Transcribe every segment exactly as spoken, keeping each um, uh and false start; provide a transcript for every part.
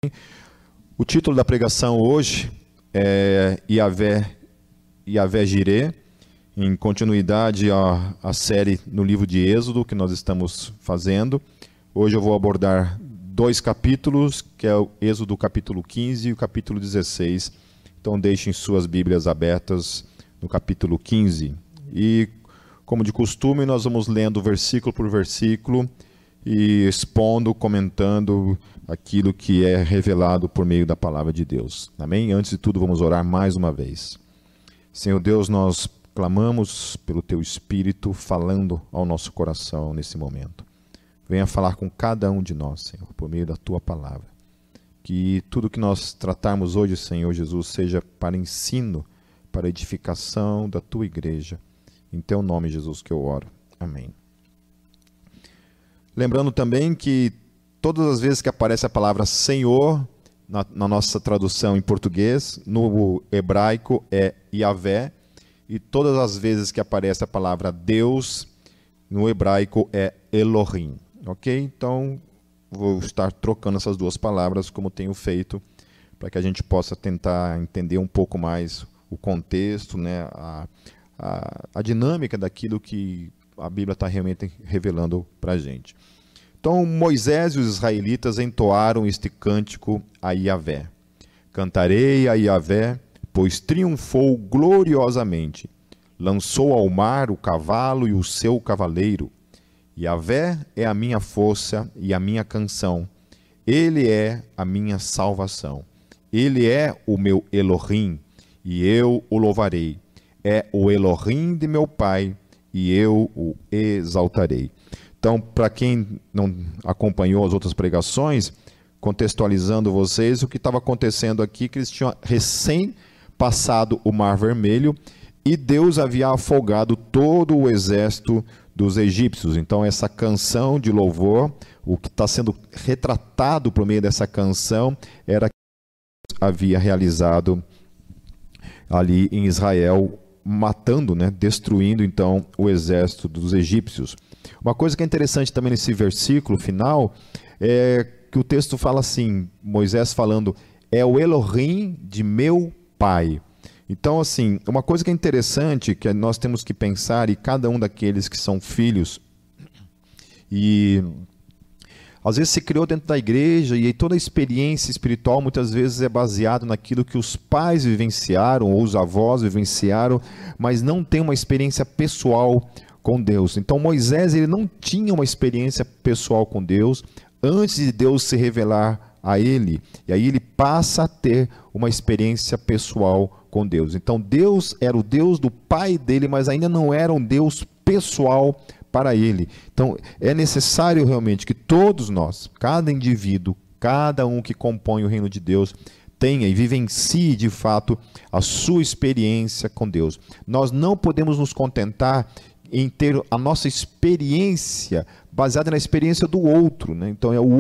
O título da pregação hoje é Yavé, Yavé Jireh, em continuidade à, à série no livro de Êxodo que nós estamos fazendo. Hoje eu vou abordar dois capítulos, que é o Êxodo capítulo quinze e o capítulo dezesseis. Então deixem suas Bíblias abertas no capítulo quinze. E, como de costume, nós vamos lendo versículo por versículo e expondo, comentando aquilo que é revelado por meio da palavra de Deus. Amém? Antes de tudo, vamos orar mais uma vez. Senhor Deus, nós clamamos pelo Teu Espírito falando ao nosso coração nesse momento. Venha falar com cada um de nós, Senhor, por meio da Tua palavra. Que tudo que nós tratarmos hoje, Senhor Jesus, seja para ensino, para edificação da Tua igreja. Em Teu nome, Jesus, que eu oro. Amém. Lembrando também que todas as vezes que aparece a palavra Senhor, na, na nossa tradução em português, no hebraico é Yavé, e todas as vezes que aparece a palavra Deus, no hebraico é Elohim. Ok? Então, vou estar trocando essas duas palavras, como tenho feito, para que a gente possa tentar entender um pouco mais o contexto, né, a, a, a dinâmica daquilo que a Bíblia está realmente revelando para a gente. Então, Moisés e os israelitas entoaram este cântico a Yavé. Cantarei a Yavé, pois triunfou gloriosamente. Lançou ao mar o cavalo e o seu cavaleiro. Yavé é a minha força e a minha canção. Ele é a minha salvação. Ele é o meu Elohim, e eu o louvarei. É o Elohim de meu pai, e eu o exaltarei. Então, para quem não acompanhou as outras pregações, contextualizando vocês, o que estava acontecendo aqui, que eles tinham recém passado o Mar Vermelho, e Deus havia afogado todo o exército dos egípcios. Então, essa canção de louvor, o que está sendo retratado por meio dessa canção, era que Deus havia realizado ali em Israel, matando, né, destruindo então o exército dos egípcios. Uma coisa que é interessante também nesse versículo final é que o texto fala assim, Moisés falando, é o Elohim de meu pai. Então, assim, uma coisa que é interessante, que nós temos que pensar, e cada um daqueles que são filhos, e às vezes se criou dentro da igreja, e aí toda a experiência espiritual muitas vezes é baseada naquilo que os pais vivenciaram, ou os avós vivenciaram, mas não tem uma experiência pessoal com Deus. Então Moisés, ele não tinha uma experiência pessoal com Deus, antes de Deus se revelar a ele, e aí ele passa a ter uma experiência pessoal com Deus. Então Deus era o Deus do pai dele, mas ainda não era um Deus pessoal para ele. Então é necessário realmente que todos nós, cada indivíduo, cada um que compõe o reino de Deus, tenha e vivencie de fato a sua experiência com Deus. Nós não podemos nos contentar em ter a nossa experiência baseada na experiência do outro, né? Então é o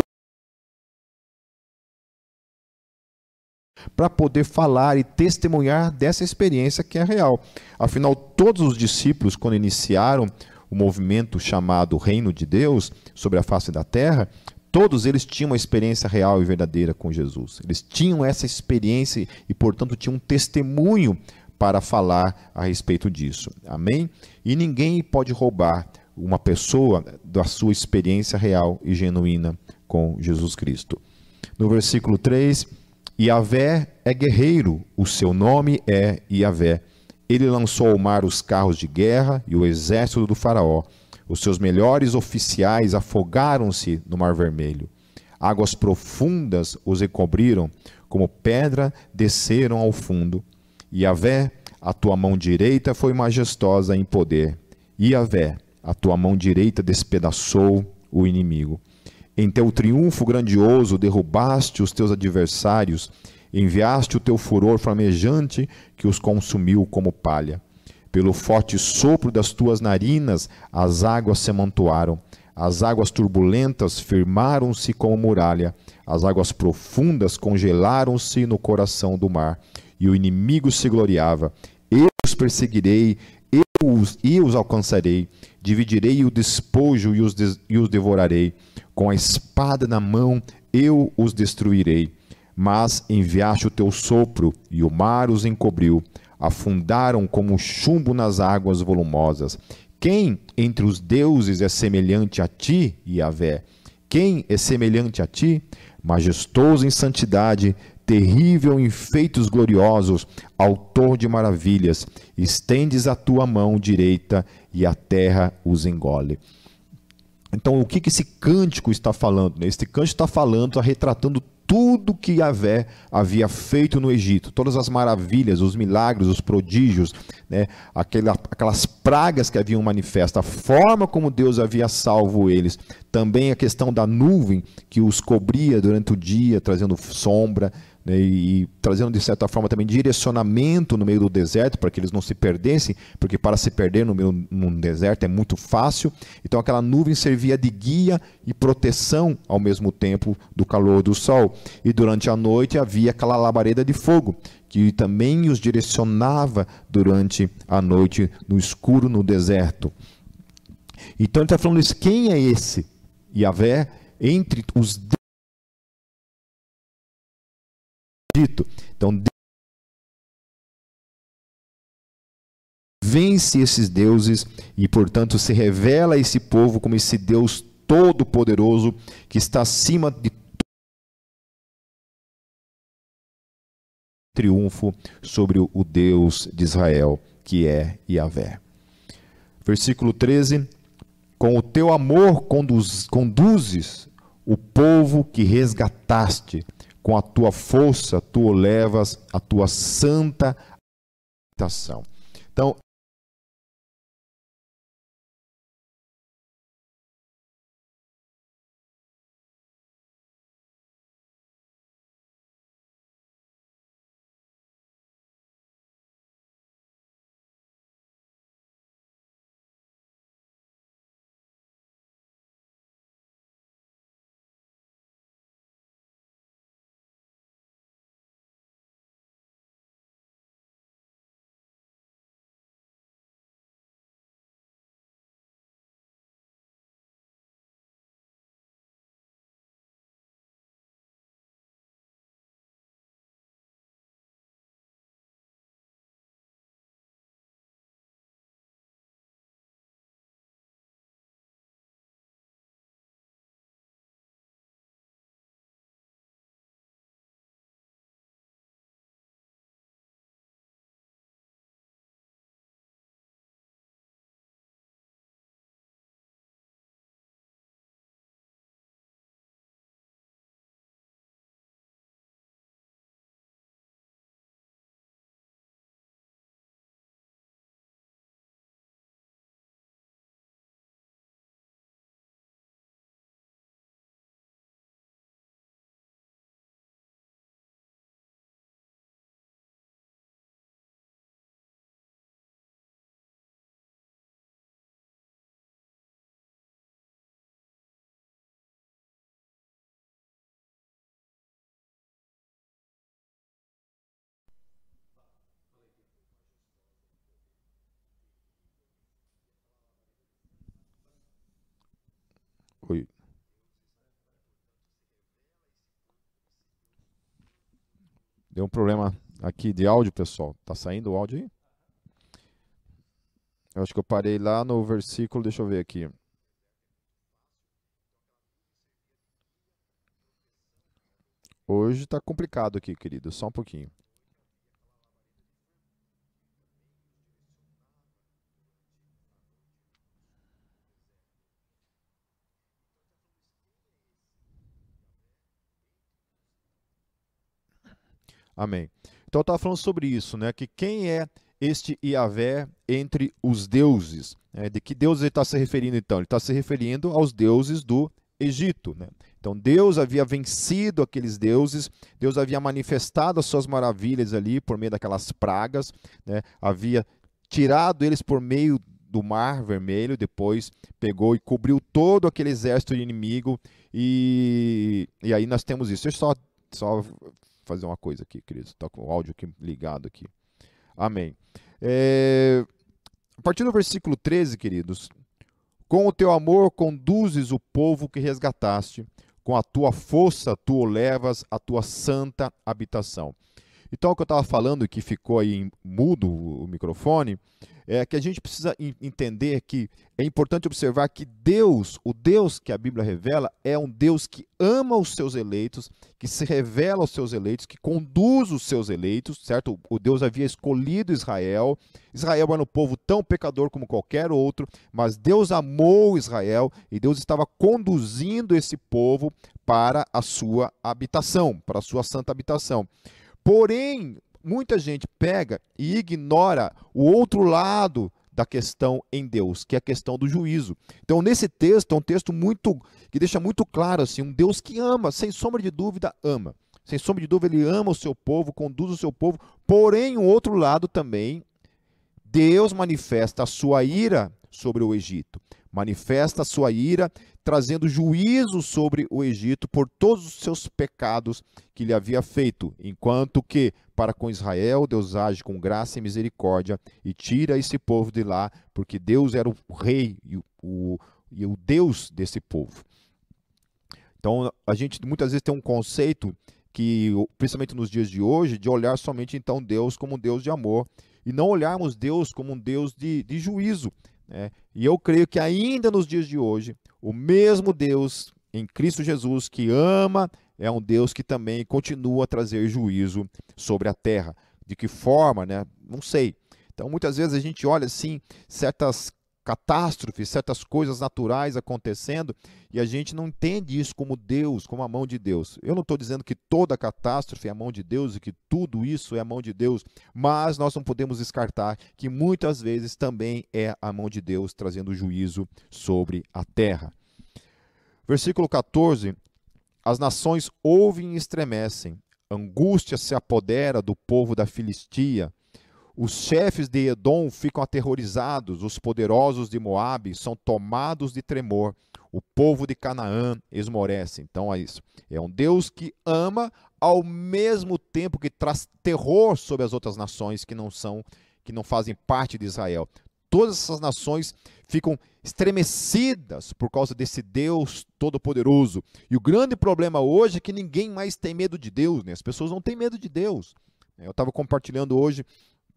para poder falar e testemunhar dessa experiência que é real. Afinal, todos os discípulos, quando iniciaram o movimento chamado Reino de Deus sobre a face da terra, todos eles tinham uma experiência real e verdadeira com Jesus. Eles tinham essa experiência e, portanto, tinham um testemunho para falar a respeito disso. Amém? E ninguém pode roubar uma pessoa da sua experiência real e genuína com Jesus Cristo. No versículo três, Yavé é guerreiro, o seu nome é Yavé. Ele lançou ao mar os carros de guerra e o exército do faraó. Os seus melhores oficiais afogaram-se no Mar Vermelho. Águas profundas os encobriram, como pedra desceram ao fundo. Yavé, a tua mão direita foi majestosa em poder. Yavé, a tua mão direita despedaçou o inimigo. Em teu triunfo grandioso derrubaste os teus adversários, enviaste o teu furor flamejante que os consumiu como palha. Pelo forte sopro das tuas narinas as águas se amontoaram, as águas turbulentas firmaram-se como muralha, as águas profundas congelaram-se no coração do mar, e o inimigo se gloriava. Eu os perseguirei, eu os, eu os alcançarei, dividirei o despojo e os, des, e os devorarei. Com a espada na mão, eu os destruirei. Mas enviaste o teu sopro, e o mar os encobriu. Afundaram como chumbo nas águas volumosas. Quem entre os deuses é semelhante a ti, Yahvé? Quem é semelhante a ti? Majestoso em santidade, terrível em feitos gloriosos, autor de maravilhas. Estendes a tua mão direita e a terra os engole. Então, o que que esse cântico está falando? Este cântico está falando, está retratando tudo que Yahvé havia feito no Egito, todas as maravilhas, os milagres, os prodígios, né? Aquela, aquelas pragas que haviam manifesto, a forma como Deus havia salvo eles, também a questão da nuvem que os cobria durante o dia, trazendo sombra, né? e, e trazendo de certa forma também direcionamento no meio do deserto, para que eles não se perdessem, porque para se perder no meio num deserto é muito fácil. Então aquela nuvem servia de guia e proteção ao mesmo tempo do calor do sol. E durante a noite havia aquela labareda de fogo, que também os direcionava durante a noite no escuro, no deserto. Então ele está falando isso, quem é esse Yahvé entre os dito? Então vence esses deuses e, portanto, se revela a esse povo como esse Deus todo-poderoso que está acima de triunfo sobre o Deus de Israel, que é Yahvé. Versículo treze: com o teu amor conduz, conduzes o povo que resgataste, com a tua força tu o levas à tua santa habitação. Então, oi. Deu um problema aqui de áudio, pessoal. Tá saindo o áudio aí? Eu acho que eu parei lá no versículo, deixa eu ver aqui. Hoje tá complicado aqui, querido, só um pouquinho. Amém. Então eu estava falando sobre isso, né? Que quem é este Yahvé entre os deuses? Né? De que Deus ele está se referindo então? Ele está se referindo aos deuses do Egito, né? Então Deus havia vencido aqueles deuses, Deus havia manifestado as suas maravilhas ali por meio daquelas pragas, né? Havia tirado eles por meio do Mar Vermelho, depois pegou e cobriu todo aquele exército inimigo, e, e aí nós temos isso. Deixa eu só, só fazer uma coisa aqui, queridos. Está com o áudio aqui ligado aqui. Amém. É, a partir do versículo treze, queridos: com o teu amor conduzes o povo que resgataste, com a tua força tu o levas à tua santa habitação. Então, o que eu estava falando, que ficou aí mudo o microfone, é que a gente precisa entender que é importante observar que Deus, o Deus que a Bíblia revela, é um Deus que ama os seus eleitos, que se revela aos seus eleitos, que conduz os seus eleitos, certo? O Deus havia escolhido Israel. Israel era um povo tão pecador como qualquer outro, mas Deus amou Israel e Deus estava conduzindo esse povo para a sua habitação, para a sua santa habitação. Porém, muita gente pega e ignora o outro lado da questão em Deus, que é a questão do juízo. Então, nesse texto, é um texto muito que deixa muito claro assim, um Deus que ama, sem sombra de dúvida, ama. Sem sombra de dúvida, ele ama o seu povo, conduz o seu povo. Porém, o outro lado também, Deus manifesta a sua ira sobre o Egito. Manifesta a sua ira, trazendo juízo sobre o Egito por todos os seus pecados que lhe havia feito, enquanto que, para com Israel, Deus age com graça e misericórdia e tira esse povo de lá, porque Deus era o rei e o, o, e o Deus desse povo. Então, a gente muitas vezes tem um conceito que, principalmente nos dias de hoje, de olhar somente então Deus como um Deus de amor e não olharmos Deus como um Deus de, de juízo. É, e eu creio que ainda nos dias de hoje, o mesmo Deus em Cristo Jesus que ama, é um Deus que também continua a trazer juízo sobre a terra. De que forma, né? Não sei. Então, muitas vezes a gente olha assim, certas catástrofes, certas coisas naturais acontecendo, e a gente não entende isso como Deus, como a mão de Deus. Eu não estou dizendo que toda catástrofe é a mão de Deus e que tudo isso é a mão de Deus, mas nós não podemos descartar que muitas vezes também é a mão de Deus trazendo juízo sobre a terra. Versículo quatorze, as nações ouvem e estremecem, angústia se apodera do povo da Filistia. Os chefes de Edom ficam aterrorizados, os poderosos de Moabe são tomados de tremor, o povo de Canaã esmorece. Então é isso. É um Deus que ama ao mesmo tempo que traz terror sobre as outras nações que não são, que não fazem parte de Israel. Todas essas nações ficam estremecidas por causa desse Deus todo-poderoso. E o grande problema hoje é que ninguém mais tem medo de Deus, né? As pessoas não têm medo de Deus. Eu estava compartilhando hoje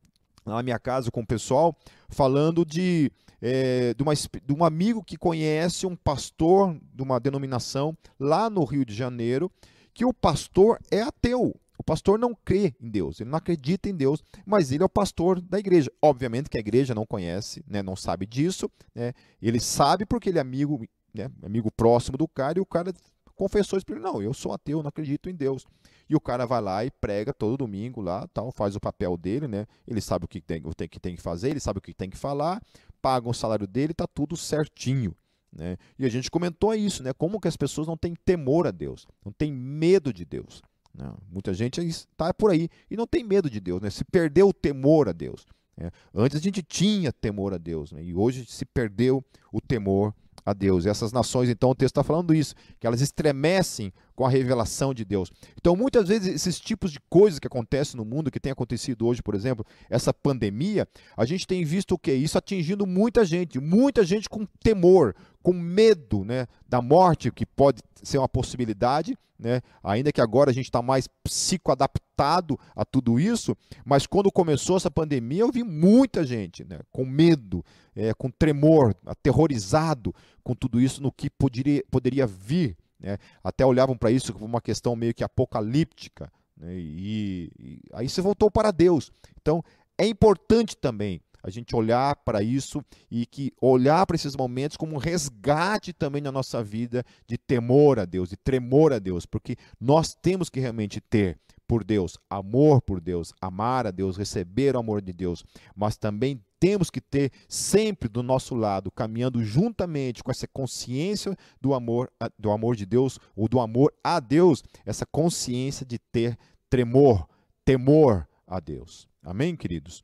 na minha casa com o pessoal, falando de, é, de, uma, de um amigo que conhece um pastor de uma denominação lá no Rio de Janeiro, que o pastor é ateu. O pastor não crê em Deus, ele não acredita em Deus, mas ele é o pastor da igreja. Obviamente que a igreja não conhece, né, não sabe disso, né, ele sabe porque ele é amigo, né, amigo próximo do cara, e o cara confessou isso para ele: não, eu sou ateu, não acredito em Deus. E o cara vai lá e prega todo domingo lá, tal, faz o papel dele, né? Ele sabe o que tem, o que tem que fazer, ele sabe o que tem que falar, paga o salário dele, tá tudo certinho, né? E a gente comentou isso, né? Como que as pessoas não têm temor a Deus, não têm medo de Deus, né? Muita gente está por aí e não tem medo de Deus, né? Se perdeu o temor a Deus, né? Antes a gente tinha temor a Deus, né? E hoje se perdeu o temor a Deus. E essas nações, então, o texto está falando isso, que elas estremecem com a revelação de Deus. Então, muitas vezes, esses tipos de coisas que acontecem no mundo, que tem acontecido hoje, por exemplo, essa pandemia, a gente tem visto o quê? Isso atingindo muita gente, muita gente com temor, com medo, né, da morte, que pode ser uma possibilidade, né, ainda que agora a gente está mais psicoadaptado a tudo isso, mas quando começou essa pandemia, eu vi muita gente, né, com medo, é, com tremor, aterrorizado com tudo isso, no que poderia, poderia vir, né? Até olhavam para isso como uma questão meio que apocalíptica, né? e, e aí se voltou para Deus. Então é importante também a gente olhar para isso e que olhar para esses momentos como um resgate também na nossa vida de temor a Deus, de tremor a Deus, porque nós temos que realmente ter por Deus, amor por Deus, amar a Deus, receber o amor de Deus, mas também temos que ter sempre do nosso lado, caminhando juntamente com essa consciência do amor, do amor de Deus, ou do amor a Deus, essa consciência de ter tremor, temor a Deus. Amém, queridos?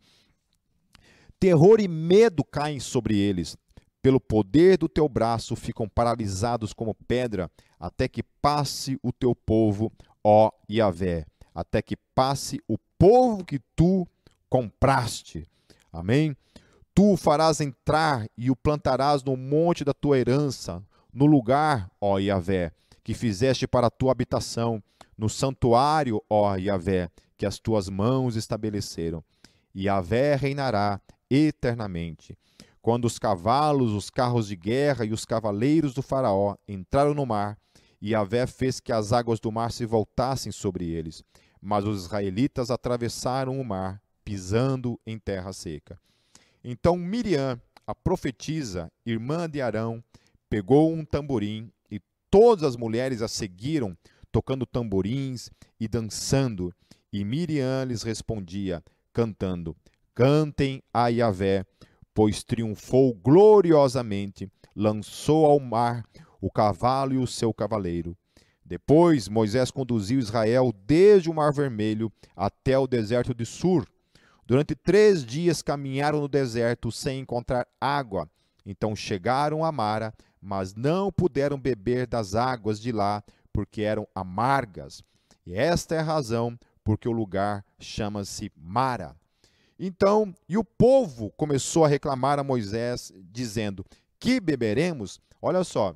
Terror e medo caem sobre eles. Pelo poder do teu braço ficam paralisados como pedra, até que passe o teu povo, ó Yahvé, até que passe o povo que tu compraste. Amém? Tu o farás entrar e o plantarás no monte da tua herança, no lugar, ó Yahvé, que fizeste para a tua habitação, no santuário, ó Yahvé, que as tuas mãos estabeleceram. E Yahvé reinará eternamente. Quando os cavalos, os carros de guerra e os cavaleiros do faraó entraram no mar, Yahvé fez que as águas do mar se voltassem sobre eles. Mas os israelitas atravessaram o mar, pisando em terra seca. Então Miriam, a profetisa, irmã de Arão, pegou um tamborim e todas as mulheres a seguiram, tocando tamborins e dançando. E Miriam lhes respondia, cantando: Cantem a Yahvé, pois triunfou gloriosamente, lançou ao mar o cavalo e o seu cavaleiro. Depois Moisés conduziu Israel desde o Mar Vermelho até o deserto de Sur. Durante três dias caminharam no deserto sem encontrar água. Então chegaram a Mara, mas não puderam beber das águas de lá, porque eram amargas. E esta é a razão porque o lugar chama-se Mara. Então, e o povo começou a reclamar a Moisés, dizendo: Que beberemos? Olha só,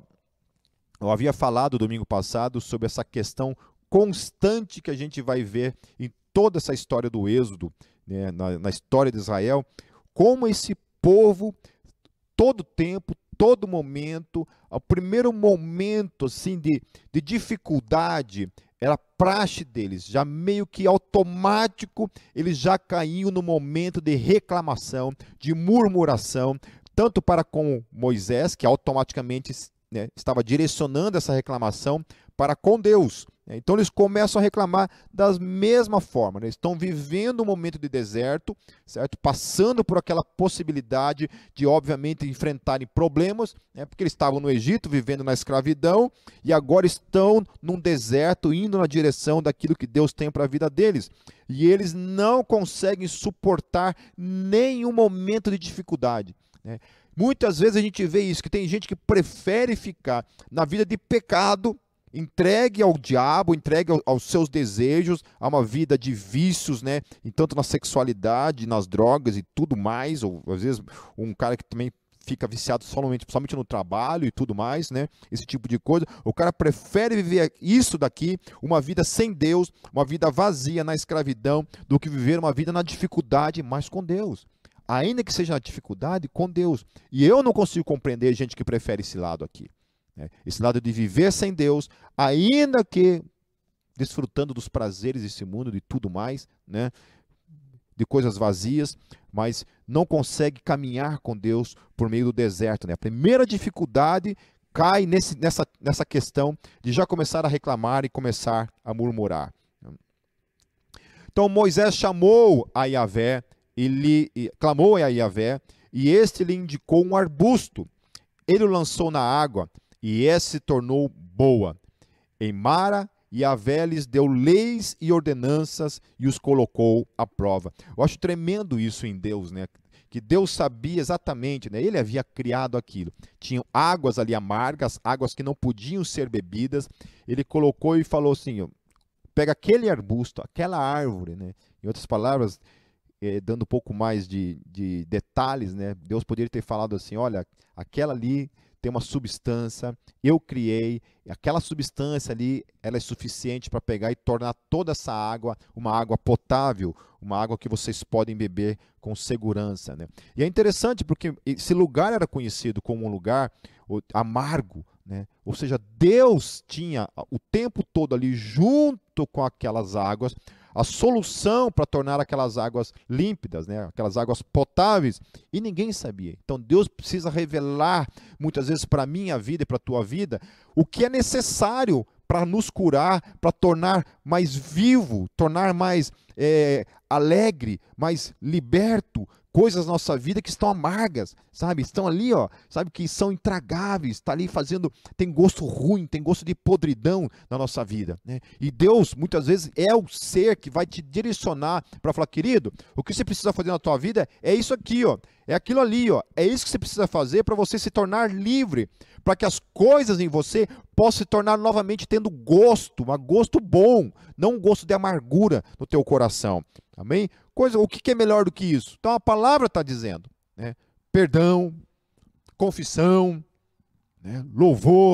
eu havia falado domingo passado sobre essa questão constante que a gente vai ver em toda essa história do Êxodo, né, na, na história de Israel, como esse povo, todo tempo, todo momento, o primeiro momento assim, de, de dificuldade, era praxe deles, já meio que automático, eles já caíam no momento de reclamação, de murmuração, tanto para com Moisés, que automaticamente, né, estava direcionando essa reclamação para com Deus. Então eles começam a reclamar da mesma forma, né? Eles estão vivendo um momento de deserto, certo? Passando por aquela possibilidade de, obviamente, enfrentarem problemas, né? Porque eles estavam no Egito, vivendo na escravidão, e agora estão num deserto, indo na direção daquilo que Deus tem para a vida deles. E eles não conseguem suportar nenhum momento de dificuldade, né? Muitas vezes a gente vê isso, que tem gente que prefere ficar na vida de pecado, entregue ao diabo, entregue aos seus desejos, a uma vida de vícios, né? E tanto na sexualidade, nas drogas e tudo mais, ou às vezes um cara que também fica viciado somente, somente no trabalho e tudo mais, né? Esse tipo de coisa. O cara prefere viver isso daqui, uma vida sem Deus, uma vida vazia na escravidão, do que viver uma vida na dificuldade, mas com Deus. Ainda que seja na dificuldade, com Deus. E eu não consigo compreender gente que prefere esse lado aqui. Esse lado de viver sem Deus, ainda que desfrutando dos prazeres desse mundo, de tudo mais, né? De coisas vazias, mas não consegue caminhar com Deus por meio do deserto, né? A primeira dificuldade cai nesse, nessa, nessa questão de já começar a reclamar e começar a murmurar. Então Moisés chamou a Yahvé, ele clamou a Yahvé, e este lhe indicou um arbusto. Ele o lançou na água, e essa se tornou boa. Em Mara, Yahvé lhes deu leis e ordenanças e os colocou à prova. Eu acho tremendo isso em Deus, né? Que Deus sabia exatamente, né? Ele havia criado aquilo. Tinham águas ali amargas, águas que não podiam ser bebidas. Ele colocou e falou assim, ó, pega aquele arbusto, aquela árvore, né? Em outras palavras, eh, dando um pouco mais de, de detalhes, né? Deus poderia ter falado assim, olha, aquela ali tem uma substância, eu criei, aquela substância ali, ela é suficiente para pegar e tornar toda essa água uma água potável, uma água que vocês podem beber com segurança, né? E é interessante porque esse lugar era conhecido como um lugar amargo, né? Ou seja, Deus tinha o tempo todo ali junto com aquelas águas a solução para tornar aquelas águas límpidas, né? Aquelas águas potáveis, e ninguém sabia. Então Deus precisa revelar muitas vezes para a minha vida e para a tua vida o que é necessário para nos curar, para tornar mais vivo, tornar mais é, alegre, mais liberto, coisas na nossa vida que estão amargas, sabe? Estão ali, ó, sabe, que são intragáveis, está ali fazendo, tem gosto ruim, tem gosto de podridão na nossa vida, né? E Deus, muitas vezes, é o ser que vai te direcionar para falar, querido, o que você precisa fazer na tua vida é isso aqui, ó, é aquilo ali, ó, é isso que você precisa fazer para você se tornar livre, para que as coisas em você possam se tornar novamente tendo gosto, um gosto bom, não um gosto de amargura no teu coração. Amém? Coisa, o que é melhor do que isso? Então a palavra está dizendo, né? Perdão, confissão, né? Louvor,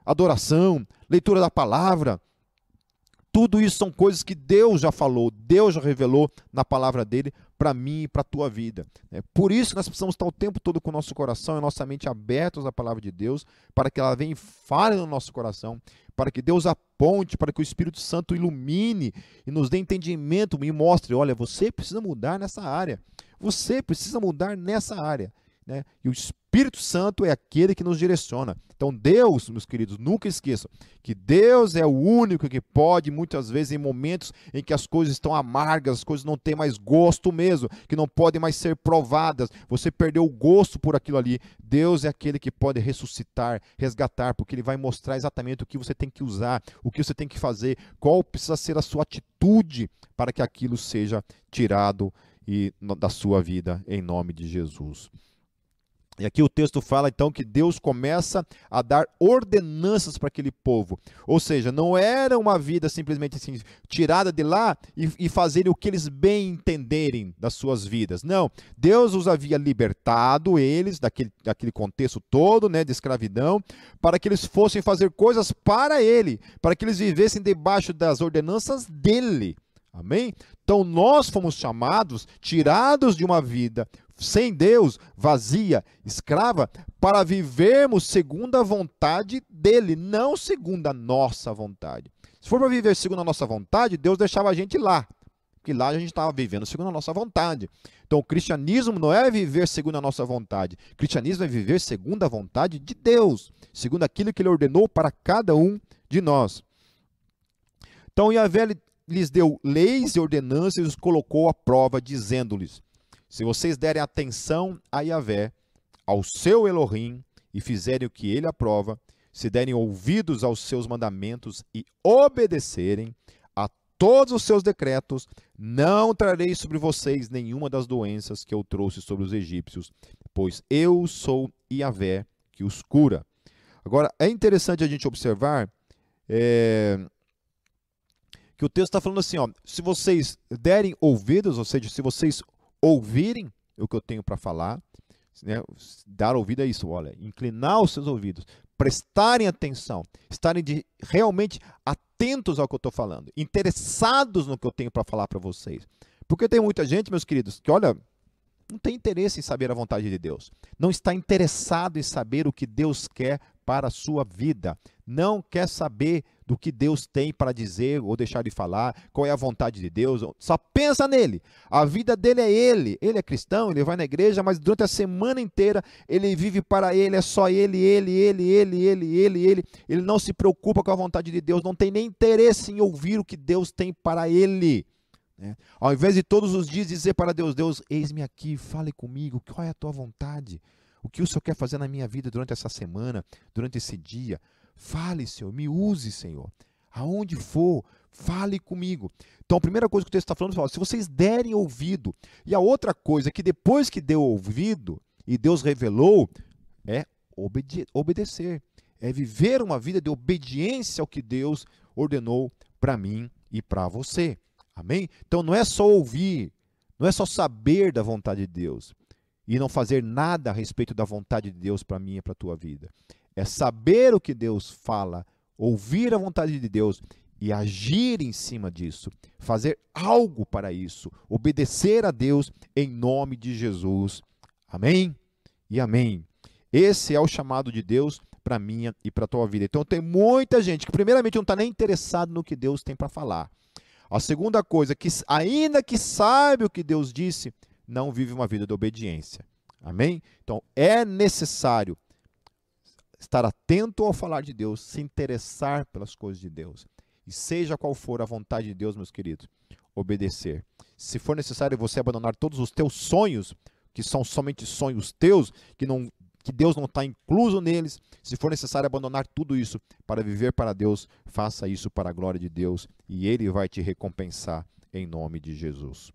adoração, leitura da palavra. Tudo isso são coisas que Deus já falou, Deus já revelou na palavra dele para mim e para a tua vida. Por isso que nós precisamos estar o tempo todo com o nosso coração e nossa mente abertos à palavra de Deus, para que ela venha e fale no nosso coração, para que Deus aponte, para que o Espírito Santo ilumine e nos dê entendimento e mostre, olha, você precisa mudar nessa área, você precisa mudar nessa área. Né? E o Espírito Santo é aquele que nos direciona. Então Deus, meus queridos, nunca esqueçam que Deus é o único que pode, muitas vezes em momentos em que as coisas estão amargas, as coisas não têm mais gosto mesmo, que não podem mais ser provadas, você perdeu o gosto por aquilo ali, Deus é aquele que pode ressuscitar, resgatar, porque Ele vai mostrar exatamente o que você tem que usar, o que você tem que fazer, qual precisa ser a sua atitude para que aquilo seja tirado e, da sua vida, em nome de Jesus. E aqui o texto fala então que Deus começa a dar ordenanças para aquele povo. Ou seja, não era uma vida simplesmente assim, tirada de lá e, e fazerem o que eles bem entenderem das suas vidas. Não, Deus os havia libertado, eles, daquele, daquele contexto todo, né, de escravidão, para que eles fossem fazer coisas para Ele, para que eles vivessem debaixo das ordenanças dEle. Amém? Então nós fomos chamados, tirados de uma vida sem Deus, vazia, escrava, para vivermos segundo a vontade dEle, não segundo a nossa vontade. Se for para viver segundo a nossa vontade, Deus deixava a gente lá, porque lá a gente estava vivendo segundo a nossa vontade. Então o cristianismo não é viver segundo a nossa vontade, o cristianismo é viver segundo a vontade de Deus, segundo aquilo que Ele ordenou para cada um de nós. Então Yahvé lhes deu leis e ordenanças e os colocou à prova, dizendo-lhes: se vocês derem atenção a Yahvé, ao seu Elohim, e fizerem o que ele aprova, se derem ouvidos aos seus mandamentos e obedecerem a todos os seus decretos, não trarei sobre vocês nenhuma das doenças que eu trouxe sobre os egípcios, pois eu sou Yahvé que os cura. Agora, é interessante a gente observar é, que o texto está falando assim, ó, se vocês derem ouvidos, ou seja, se vocês ouvirem o que eu tenho para falar, né? Dar ouvido a isso, olha, inclinar os seus ouvidos, prestarem atenção, estarem de, realmente atentos ao que eu estou falando, interessados no que eu tenho para falar para vocês. Porque tem muita gente, meus queridos, que olha, não tem interesse em saber a vontade de Deus, não está interessado em saber o que Deus quer para a sua vida, não quer saber do que Deus tem para dizer ou deixar de falar, qual é a vontade de Deus, só pensa nele, a vida dele é ele, ele é cristão, ele vai na igreja, mas durante a semana inteira ele vive para ele, é só ele, ele, ele, ele, ele, ele, ele, ele não se preocupa com a vontade de Deus, não tem nem interesse em ouvir o que Deus tem para ele. Né? Ao invés de todos os dias dizer para Deus, Deus, eis-me aqui, fale comigo, qual é a tua vontade? O que o Senhor quer fazer na minha vida durante essa semana, durante esse dia? Fale, Senhor, me use, Senhor. Aonde for, fale comigo. Então, a primeira coisa que o texto está falando é, se vocês derem ouvido. E a outra coisa é que depois que deu ouvido, e Deus revelou, é obede- obedecer. É viver uma vida de obediência ao que Deus ordenou para mim e para você. Amém? Então, não é só ouvir, não é só saber da vontade de Deus e não fazer nada a respeito da vontade de Deus para mim e para a tua vida. É saber o que Deus fala, ouvir a vontade de Deus e agir em cima disso, fazer algo para isso, obedecer a Deus em nome de Jesus. Amém? E amém. Esse é o chamado de Deus para a minha e para a tua vida. Então tem muita gente que primeiramente não está nem interessado no que Deus tem para falar. A segunda coisa, que ainda que sabe o que Deus disse, não vive uma vida de obediência. Amém? Então é necessário estar atento ao falar de Deus, se interessar pelas coisas de Deus. E seja qual for a vontade de Deus, meus queridos, obedecer. Se for necessário você abandonar todos os teus sonhos, que são somente sonhos teus, que, não, que Deus não está incluso neles, se for necessário abandonar tudo isso para viver para Deus, faça isso para a glória de Deus e Ele vai te recompensar em nome de Jesus.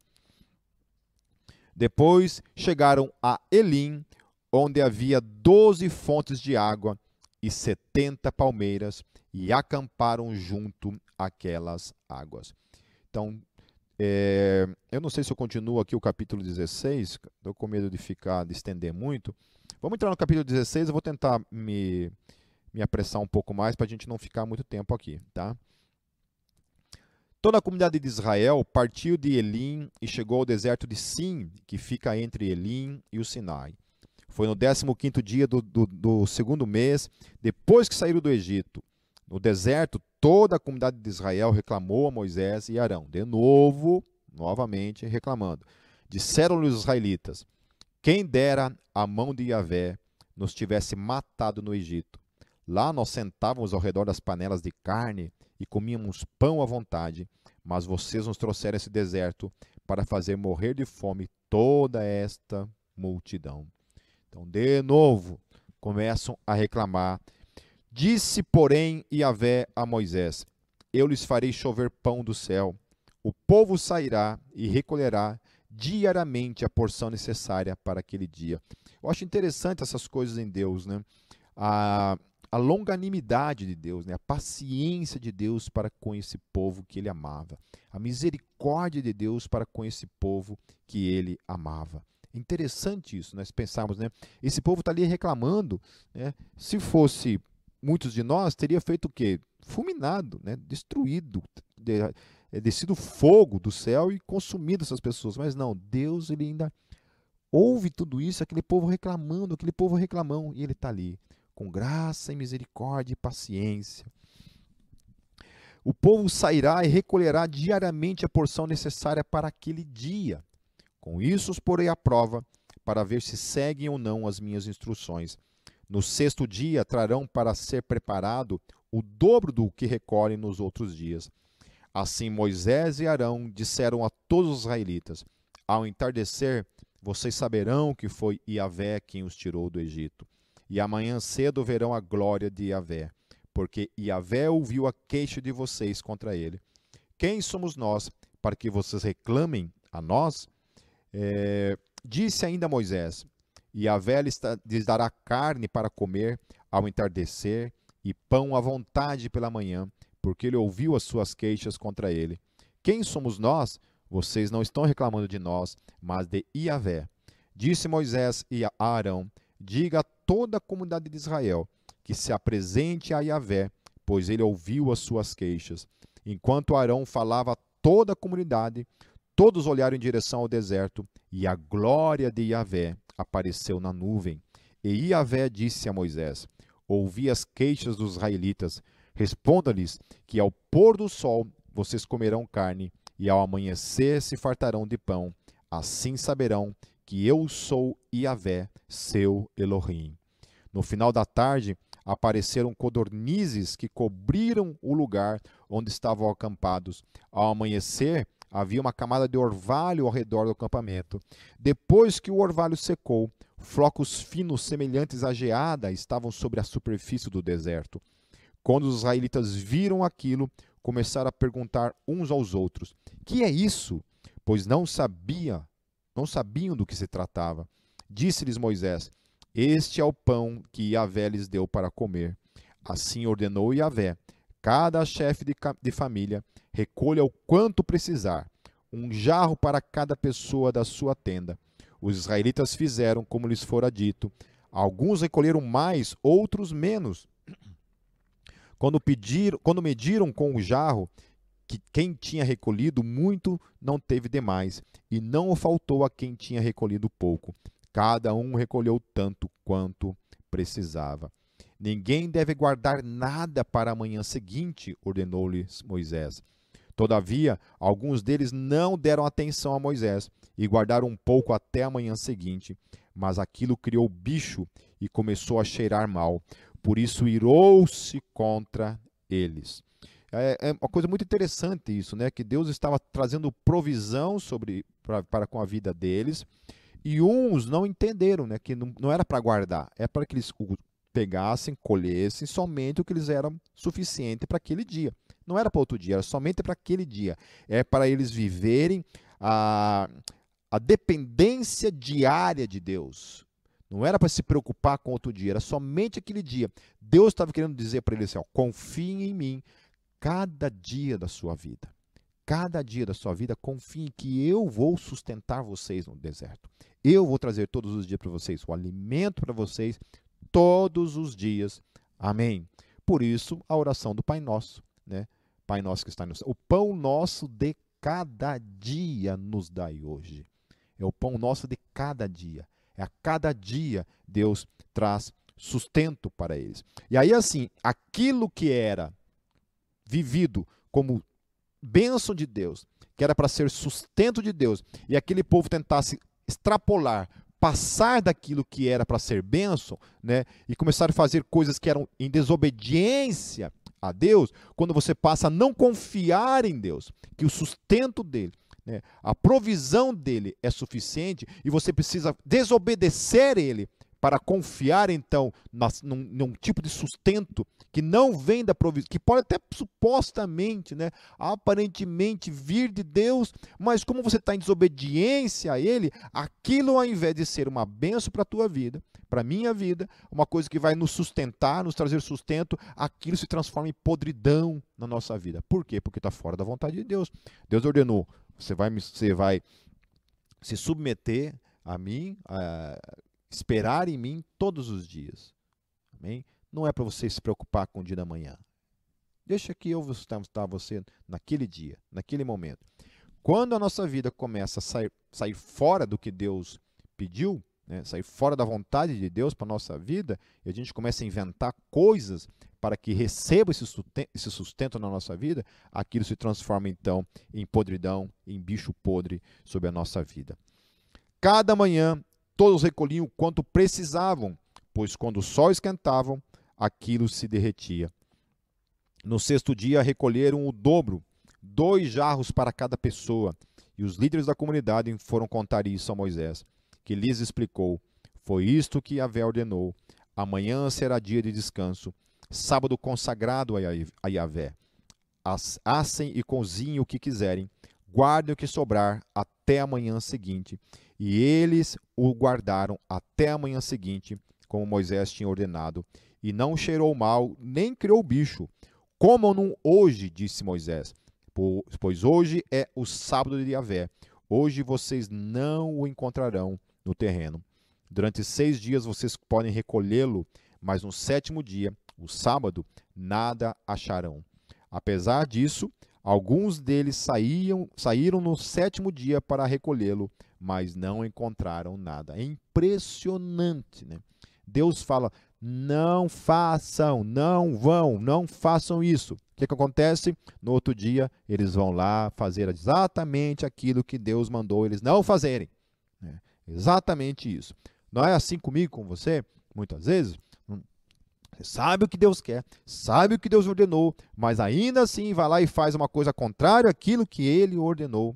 Depois chegaram a Elim, onde havia doze fontes de água e setenta palmeiras, e acamparam junto àquelas águas. Então, é, eu não sei se eu continuo aqui o capítulo dezesseis, estou com medo de ficar, de estender muito. Vamos entrar no capítulo dezesseis, eu vou tentar me, me apressar um pouco mais para a gente não ficar muito tempo aqui, tá? Toda a comunidade de Israel partiu de Elim e chegou ao deserto de Sim, que fica entre Elim e o Sinai. Foi no décimo quinto dia do, do, do segundo mês, depois que saíram do Egito. No deserto, toda a comunidade de Israel reclamou a Moisés e Arão. De novo, novamente reclamando. Disseram-lhe os israelitas: quem dera a mão de Yahvé nos tivesse matado no Egito. Lá nós sentávamos ao redor das panelas de carne e comíamos pão à vontade, mas vocês nos trouxeram esse deserto para fazer morrer de fome toda esta multidão. Então, de novo, começam a reclamar. Disse, porém, Yahvé a Moisés: eu lhes farei chover pão do céu. O povo sairá e recolherá diariamente a porção necessária para aquele dia. Eu acho interessante essas coisas em Deus, né? A, a longanimidade de Deus, né? A paciência de Deus para com esse povo que ele amava. A misericórdia de Deus para com esse povo que ele amava. Interessante isso, nós pensarmos, né? Esse povo está ali reclamando, né? Se fosse muitos de nós, teria feito o quê? Fulminado, né? Destruído, de, é, descido fogo do céu e consumido essas pessoas. Mas não, Deus ele ainda ouve tudo isso, aquele povo reclamando, aquele povo reclamão, e ele está ali, com graça e misericórdia e paciência. O povo sairá e recolherá diariamente a porção necessária para aquele dia. Com isso os porei à prova, para ver se seguem ou não as minhas instruções. No sexto dia trarão para ser preparado o dobro do que recolhem nos outros dias. Assim Moisés e Arão disseram a todos os israelitas: ao entardecer, vocês saberão que foi Yahvé quem os tirou do Egito. E amanhã cedo verão a glória de Yahvé, porque Yahvé ouviu a queixa de vocês contra ele. Quem somos nós para que vocês reclamem a nós? É, disse ainda Moisés: Yahvé lhes dará carne para comer ao entardecer e pão à vontade pela manhã, porque ele ouviu as suas queixas contra ele. Quem somos nós? Vocês não estão reclamando de nós, mas de Yahvé. Disse Moisés a Arão: diga a toda a comunidade de Israel que se apresente a Yahvé, pois ele ouviu as suas queixas. Enquanto Arão falava a toda a comunidade, todos olharam em direção ao deserto, e a glória de Yahvé apareceu na nuvem. E Yahvé disse a Moisés: ouvi as queixas dos israelitas. Responda-lhes que ao pôr do sol vocês comerão carne, e ao amanhecer se fartarão de pão. Assim saberão que eu sou Yahvé, seu Elohim. No final da tarde, apareceram codornizes que cobriram o lugar onde estavam acampados. Ao amanhecer, havia uma camada de orvalho ao redor do acampamento. Depois que o orvalho secou, flocos finos semelhantes à geada estavam sobre a superfície do deserto. Quando os israelitas viram aquilo, começaram a perguntar uns aos outros: que é isso? Pois não sabia, não sabiam do que se tratava. Disse-lhes Moisés: este é o pão que Yahvé lhes deu para comer. Assim ordenou Yahvé: cada chefe de, de família recolha o quanto precisar, um jarro para cada pessoa da sua tenda. Os israelitas fizeram como lhes fora dito. Alguns recolheram mais, outros menos. Quando, pediram, quando mediram com o jarro, que quem tinha recolhido muito não teve demais, e não faltou a quem tinha recolhido pouco. Cada um recolheu tanto quanto precisava. Ninguém deve guardar nada para a manhã seguinte, ordenou-lhes Moisés. Todavia, alguns deles não deram atenção a Moisés e guardaram um pouco até a manhã seguinte. Mas aquilo criou bicho e começou a cheirar mal. Por isso irou-se contra eles. É, é uma coisa muito interessante isso, né? Que Deus estava trazendo provisão sobre, pra, para com a vida deles. E uns não entenderam, né? Que não, não era para guardar. É para que eles pegassem, colhessem somente o que lhes era suficiente para aquele dia. Não era para outro dia, era somente para aquele dia. É para eles viverem a, a dependência diária de Deus. Não era para se preocupar com outro dia, era somente aquele dia. Deus estava querendo dizer para eles assim: ó, confiem em mim cada dia da sua vida. Cada dia da sua vida, confiem que eu vou sustentar vocês no deserto. Eu vou trazer todos os dias para vocês o alimento para vocês, todos os dias, Amém. Por isso, a oração do Pai Nosso, né? Pai Nosso que está no céu. O pão nosso de cada dia nos dai hoje. É o pão nosso de cada dia. É a cada dia Deus traz sustento para eles. E aí, assim, aquilo que era vivido como bênção de Deus, que era para ser sustento de Deus, e aquele povo tentasse extrapolar, passar daquilo que era para ser bênção, né, e começar a fazer coisas que eram em desobediência a Deus, quando você passa a não confiar em Deus, que o sustento dele, né, a provisão dele é suficiente, e você precisa desobedecer ele para confiar, então, nas, num, num tipo de sustento que não vem da provisão, que pode até supostamente, né, aparentemente vir de Deus, mas como você está em desobediência a Ele, aquilo ao invés de ser uma bênção para a tua vida, para a minha vida, uma coisa que vai nos sustentar, nos trazer sustento, aquilo se transforma em podridão na nossa vida. Por quê? Porque está fora da vontade de Deus. Deus ordenou, você vai, você vai se submeter a mim, a esperar em mim todos os dias. Amém? Não é para você se preocupar com o dia da manhã. Deixa que eu vou estar você naquele dia, naquele momento. Quando a nossa vida começa a sair, sair fora do que Deus pediu, né, sair fora da vontade de Deus para a nossa vida, e a gente começa a inventar coisas para que receba esse sustento, esse sustento na nossa vida, aquilo se transforma então em podridão, em bicho podre sobre a nossa vida. Cada manhã, todos recolhiam o quanto precisavam, pois quando o sol esquentava, aquilo se derretia. No sexto dia recolheram o dobro, dois jarros para cada pessoa, e os líderes da comunidade foram contar isso a Moisés, que lhes explicou: foi isto que Yahvé ordenou, amanhã será dia de descanso, sábado consagrado a Yahvé. Assem e cozinhem o que quiserem, guardem o que sobrar até a manhã seguinte. E eles o guardaram até a manhã seguinte, como Moisés tinha ordenado, e não cheirou mal, nem criou bicho. Comam-no hoje, disse Moisés, pois hoje é o sábado de Yahvé. Hoje vocês não o encontrarão no terreno. Durante seis dias vocês podem recolhê-lo, mas no sétimo dia, o sábado, nada acharão. Apesar disso, alguns deles saíam, saíram no sétimo dia para recolhê-lo, mas não encontraram nada. É impressionante, né? Deus fala, não façam, não vão, não façam isso. O que, que acontece? No outro dia, eles vão lá fazer exatamente aquilo que Deus mandou eles não fazerem. É exatamente isso. Não é assim comigo, com você? Muitas vezes, você sabe o que Deus quer, sabe o que Deus ordenou, mas ainda assim vai lá e faz uma coisa contrária àquilo que Ele ordenou.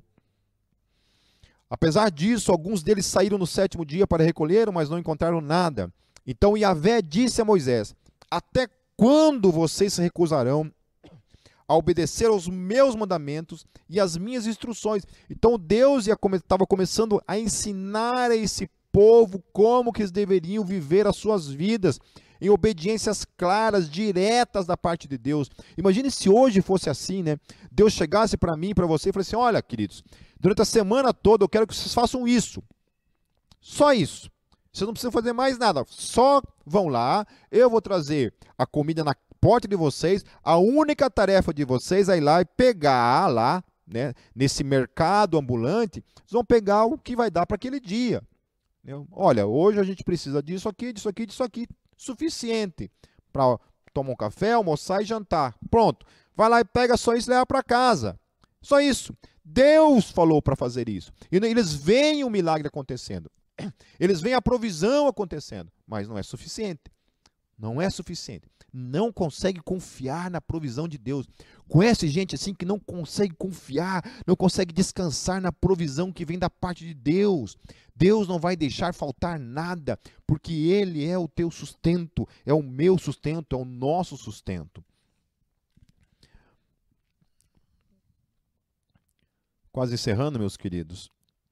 Apesar disso, alguns deles saíram no sétimo dia para recolher, mas não encontraram nada. Então Yahvé disse a Moisés: até quando vocês se recusarão a obedecer aos meus mandamentos e às minhas instruções? Então Deus estava começando a ensinar a esse povo como que eles deveriam viver as suas vidas, em obediências claras, diretas da parte de Deus. Imagine se hoje fosse assim, né? Deus chegasse para mim e para você e falasse assim: olha, queridos, durante a semana toda eu quero que vocês façam isso. Só isso. Vocês não precisam fazer mais nada. Só vão lá, eu vou trazer a comida na porta de vocês. A única tarefa de vocês é ir lá e pegar lá, né, nesse mercado ambulante, vocês vão pegar o que vai dar para aquele dia. Olha, hoje a gente precisa disso aqui, disso aqui, disso aqui. Suficiente para tomar um café, almoçar e jantar. Pronto. Vai lá e pega só isso e leva para casa. Só isso. Deus falou para fazer isso. E eles veem o milagre acontecendo. Eles veem a provisão acontecendo. Mas não é suficiente. Não é suficiente. Não consegue confiar na provisão de Deus. Conhece gente assim que não consegue confiar, não consegue descansar na provisão que vem da parte de Deus. Deus não vai deixar faltar nada, porque Ele é o teu sustento, é o meu sustento, é o nosso sustento. Quase encerrando, meus queridos.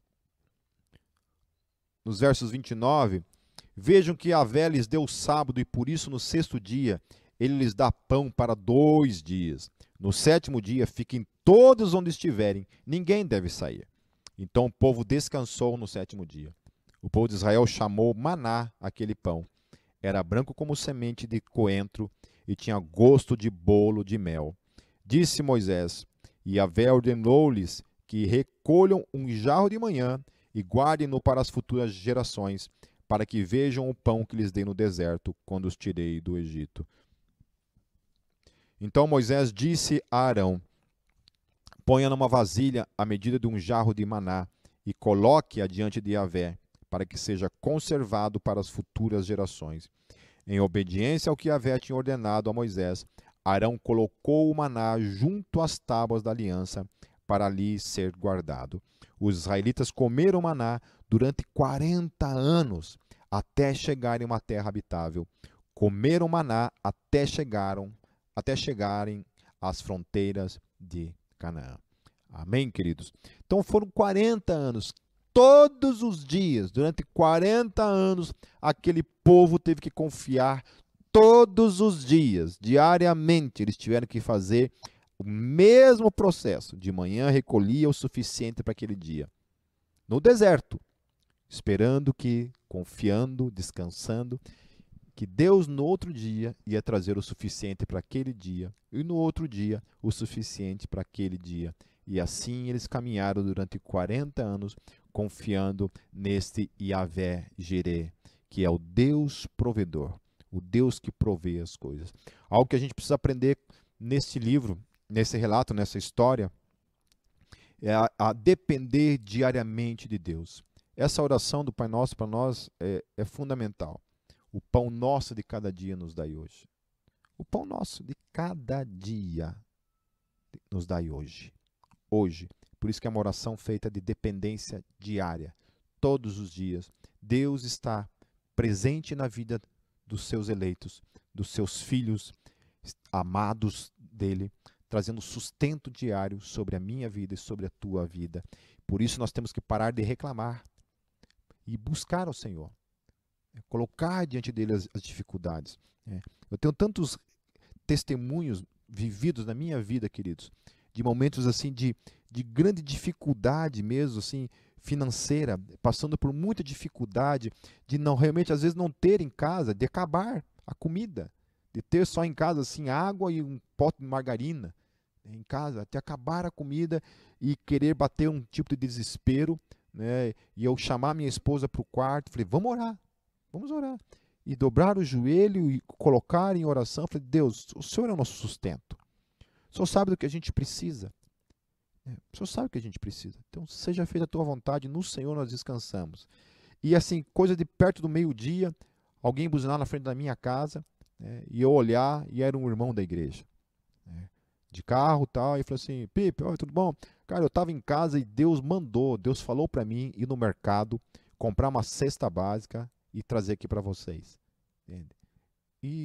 Nos versos vinte e nove... vejam que Yahvé lhes deu o sábado e por isso no sexto dia ele lhes dá pão para dois dias. No sétimo dia fiquem todos onde estiverem, ninguém deve sair. Então o povo descansou no sétimo dia. O povo de Israel chamou maná aquele pão. Era branco como semente de coentro e tinha gosto de bolo de mel. Disse Moisés: Yahvé ordenou-lhes que recolham um jarro de manhã e guardem-no para as futuras gerações, para que vejam o pão que lhes dei no deserto, quando os tirei do Egito. Então Moisés disse a Arão: Ponha numa vasilha a medida de um jarro de maná e coloque-a diante de Yahvé, para que seja conservado para as futuras gerações. Em obediência ao que Yahvé tinha ordenado a Moisés, Arão colocou o maná junto às tábuas da aliança, para ali ser guardado. Os israelitas comeram o maná durante quarenta anos, até chegarem a uma terra habitável. Comeram maná até chegaram, até chegarem às fronteiras de Canaã. Amém, queridos? Então foram quarenta anos. Todos os dias, durante quarenta anos, aquele povo teve que confiar. Todos os dias, diariamente, eles tiveram que fazer o mesmo processo. De manhã recolhia o suficiente para aquele dia. No deserto, esperando que, confiando, descansando, que Deus no outro dia ia trazer o suficiente para aquele dia, e no outro dia o suficiente para aquele dia. E assim eles caminharam durante quarenta anos, confiando neste Yahvé Jireh, que é o Deus provedor, o Deus que provê as coisas. Algo que a gente precisa aprender nesse livro, nesse relato, nessa história, é a, a depender diariamente de Deus. Essa oração do Pai Nosso para nós é, é fundamental. O pão nosso de cada dia nos dai hoje. O pão nosso de cada dia nos dai hoje. Hoje. Por isso que é uma oração feita de dependência diária. Todos os dias. Deus está presente na vida dos seus eleitos, dos seus filhos amados dele, trazendo sustento diário sobre a minha vida e sobre a tua vida. Por isso nós temos que parar de reclamar e buscar ao Senhor. Colocar diante dele as, as dificuldades. É. Eu tenho tantos testemunhos vividos na minha vida, queridos, de momentos assim de, de grande dificuldade mesmo, assim, financeira, passando por muita dificuldade, de não realmente, às vezes, não ter em casa, de acabar a comida, de ter só em casa assim água e um pote de margarina em casa, até acabar a comida e querer bater um tipo de desespero, né? E eu chamar minha esposa para o quarto, falei, vamos orar. Vamos orar. E dobrar o joelho e colocar em oração. Falei, Deus, o Senhor é o nosso sustento. O Senhor sabe do que a gente precisa. O Senhor sabe o que a gente precisa. Então, seja feita a tua vontade, no Senhor nós descansamos. E assim, coisa de perto do meio-dia, alguém buzinar na frente da minha casa, né, e eu olhar, e era um irmão da igreja. Né, de carro e tal, e falou assim, Pipe, oi, tudo bom? Cara, eu estava em casa e Deus mandou, Deus falou para mim ir no mercado, comprar uma cesta básica, e trazer aqui para vocês. Entende? E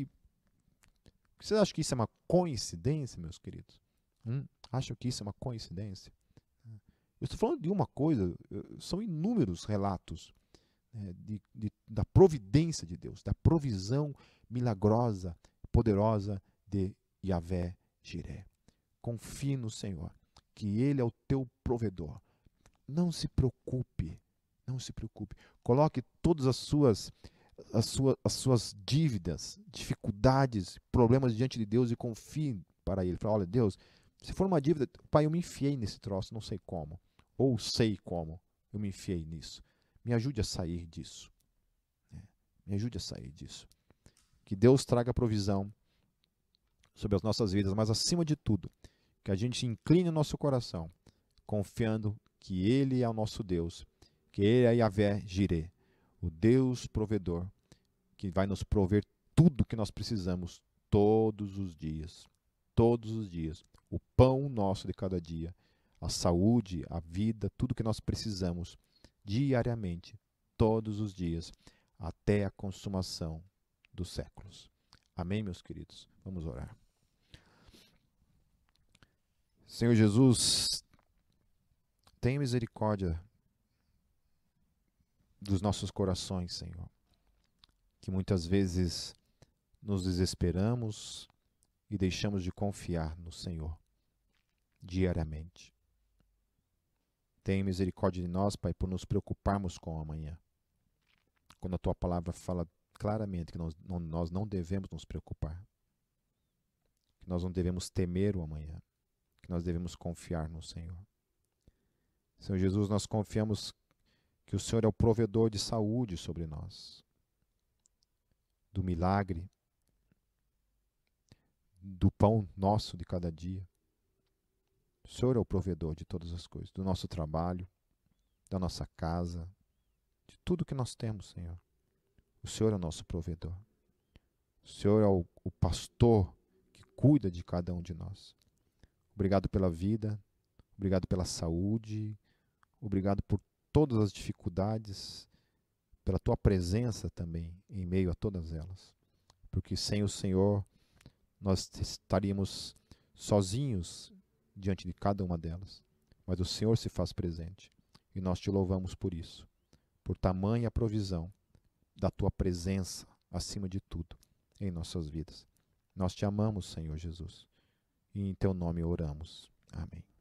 vocês acham que isso é uma coincidência, meus queridos? Hum? Acham que isso é uma coincidência? Eu estou falando de uma coisa, são inúmeros relatos, né, de, de, da providência de Deus, da provisão milagrosa, poderosa de Yahvé Jireh. Confie no Senhor, que Ele é o teu provedor. Não se preocupe. Não se preocupe. Coloque todas as suas, as suas, as suas dívidas, dificuldades, problemas diante de Deus e confie para Ele. Fala, olha, Deus, se for uma dívida, Pai, eu me enfiei nesse troço, não sei como. Ou sei como eu me enfiei nisso. Me ajude a sair disso. Me ajude a sair disso. Que Deus traga provisão sobre as nossas vidas, mas acima de tudo, que a gente incline o nosso coração, confiando que Ele é o nosso Deus, que Ele é Yahvé Jireh, o Deus provedor, que vai nos prover tudo que nós precisamos todos os dias. Todos os dias. O pão nosso de cada dia, a saúde, a vida, tudo que nós precisamos diariamente, todos os dias, até a consumação dos séculos. Amém, meus queridos? Vamos orar. Senhor Jesus, tenha misericórdia dos nossos corações, Senhor, que muitas vezes nos desesperamos e deixamos de confiar no Senhor diariamente. Tenha misericórdia de nós, Pai, por nos preocuparmos com o amanhã. Quando a Tua palavra fala claramente que nós não, nós não devemos nos preocupar, que nós não devemos temer o amanhã, que nós devemos confiar no Senhor. Senhor Jesus, nós confiamos que o Senhor é o provedor de saúde sobre nós, do milagre, do pão nosso de cada dia. O Senhor é o provedor de todas as coisas, do nosso trabalho, da nossa casa, de tudo que nós temos, Senhor. O Senhor é o nosso provedor. O Senhor é o, o pastor que cuida de cada um de nós. Obrigado pela vida, obrigado pela saúde, obrigado por todas as dificuldades, pela tua presença também em meio a todas elas. Porque sem o Senhor nós estaríamos sozinhos diante de cada uma delas. Mas o Senhor se faz presente e nós te louvamos por isso, por tamanha provisão da tua presença acima de tudo em nossas vidas. Nós te amamos, Senhor Jesus, e em teu nome oramos. Amém.